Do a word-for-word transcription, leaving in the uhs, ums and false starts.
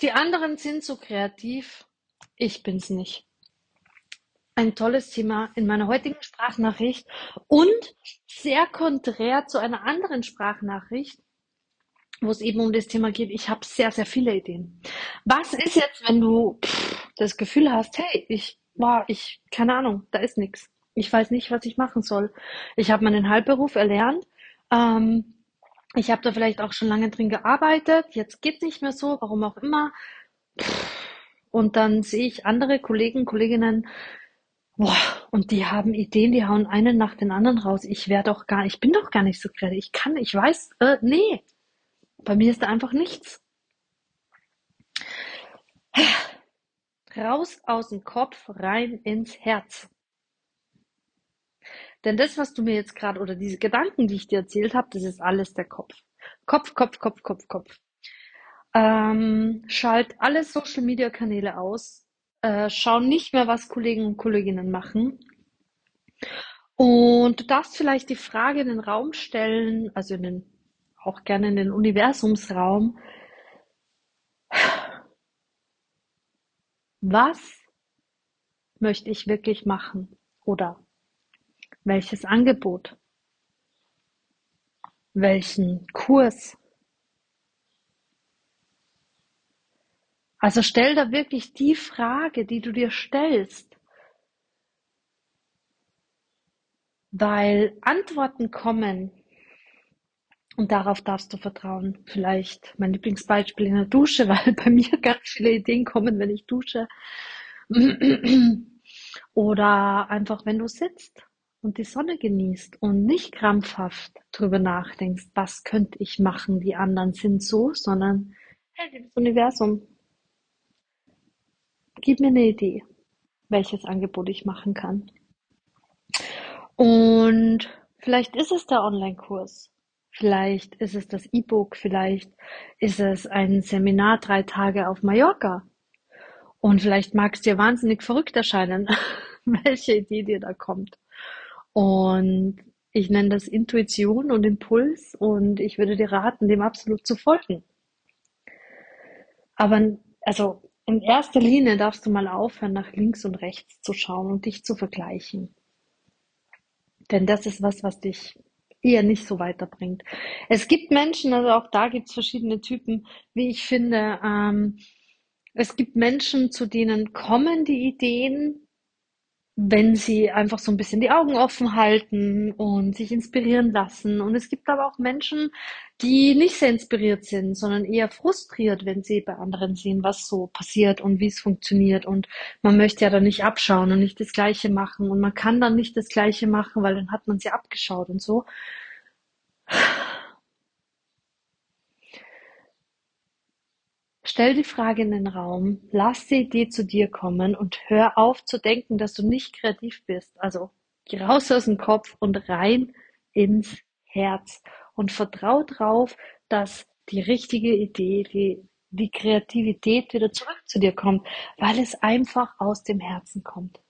Die anderen sind so kreativ, ich bin's nicht. Ein tolles Thema in meiner heutigen Sprachnachricht und sehr konträr zu einer anderen Sprachnachricht, wo es eben um das Thema geht. Ich habe sehr, sehr viele Ideen. Was ist jetzt, wenn du pff, das Gefühl hast, hey, ich war, ich, keine Ahnung, da ist nichts. Ich weiß nicht, was ich machen soll. Ich habe meinen Heilberuf erlernt. Ähm, ich habe da vielleicht auch schon lange drin gearbeitet. Jetzt geht's nicht mehr so, warum auch immer. Und dann sehe ich andere Kollegen, Kolleginnen, boah, und die haben Ideen, die hauen einen nach den anderen raus. Ich wäre doch gar, ich bin doch gar nicht so kreativ. Ich kann, ich weiß, äh, nee, bei mir ist da einfach nichts. Raus aus dem Kopf, rein ins Herz. Denn das, was du mir jetzt gerade, oder diese Gedanken, die ich dir erzählt habe, das ist alles der Kopf. Kopf, Kopf, Kopf, Kopf, Kopf. Ähm, schalt alle Social Media Kanäle aus. Äh, schau nicht mehr, was Kollegen und Kolleginnen machen. Und du darfst vielleicht die Frage in den Raum stellen, also in den, auch gerne in den Universumsraum. Was möchte ich wirklich machen? Oder welches Angebot? Welchen Kurs? Also stell da wirklich die Frage, die du dir stellst, weil Antworten kommen und darauf darfst du vertrauen. Vielleicht mein Lieblingsbeispiel in der Dusche, weil bei mir ganz viele Ideen kommen, wenn ich dusche. Oder einfach, wenn du sitzt und die Sonne genießt und nicht krampfhaft drüber nachdenkst, was könnte ich machen, die anderen sind so, sondern, hey, liebes Universum, gib mir eine Idee, welches Angebot ich machen kann. Und vielleicht ist es der Online-Kurs, vielleicht ist es das E-Book, vielleicht ist es ein Seminar drei Tage auf Mallorca. Und vielleicht mag es dir wahnsinnig verrückt erscheinen, welche Idee dir da kommt. Und ich nenne das Intuition und Impuls und ich würde dir raten, dem absolut zu folgen. Aber also in erster Linie darfst du mal aufhören, nach links und rechts zu schauen und dich zu vergleichen. Denn das ist was, was dich eher nicht so weiterbringt. Es gibt Menschen, also auch da gibt es verschiedene Typen, wie ich finde. Ähm, es gibt Menschen, zu denen kommen die Ideen, wenn sie einfach so ein bisschen die Augen offen halten und sich inspirieren lassen. Und es gibt aber auch Menschen, die nicht sehr inspiriert sind, sondern eher frustriert, wenn sie bei anderen sehen, was so passiert und wie es funktioniert. Und man möchte ja dann nicht abschauen und nicht das Gleiche machen. Und man kann dann nicht das Gleiche machen, weil dann hat man sie abgeschaut und so. Stell die Frage in den Raum, lass die Idee zu dir kommen und hör auf zu denken, dass du nicht kreativ bist. Also geh raus aus dem Kopf und rein ins Herz und vertrau drauf, dass die richtige Idee, die, die Kreativität wieder zurück zu dir kommt, weil es einfach aus dem Herzen kommt.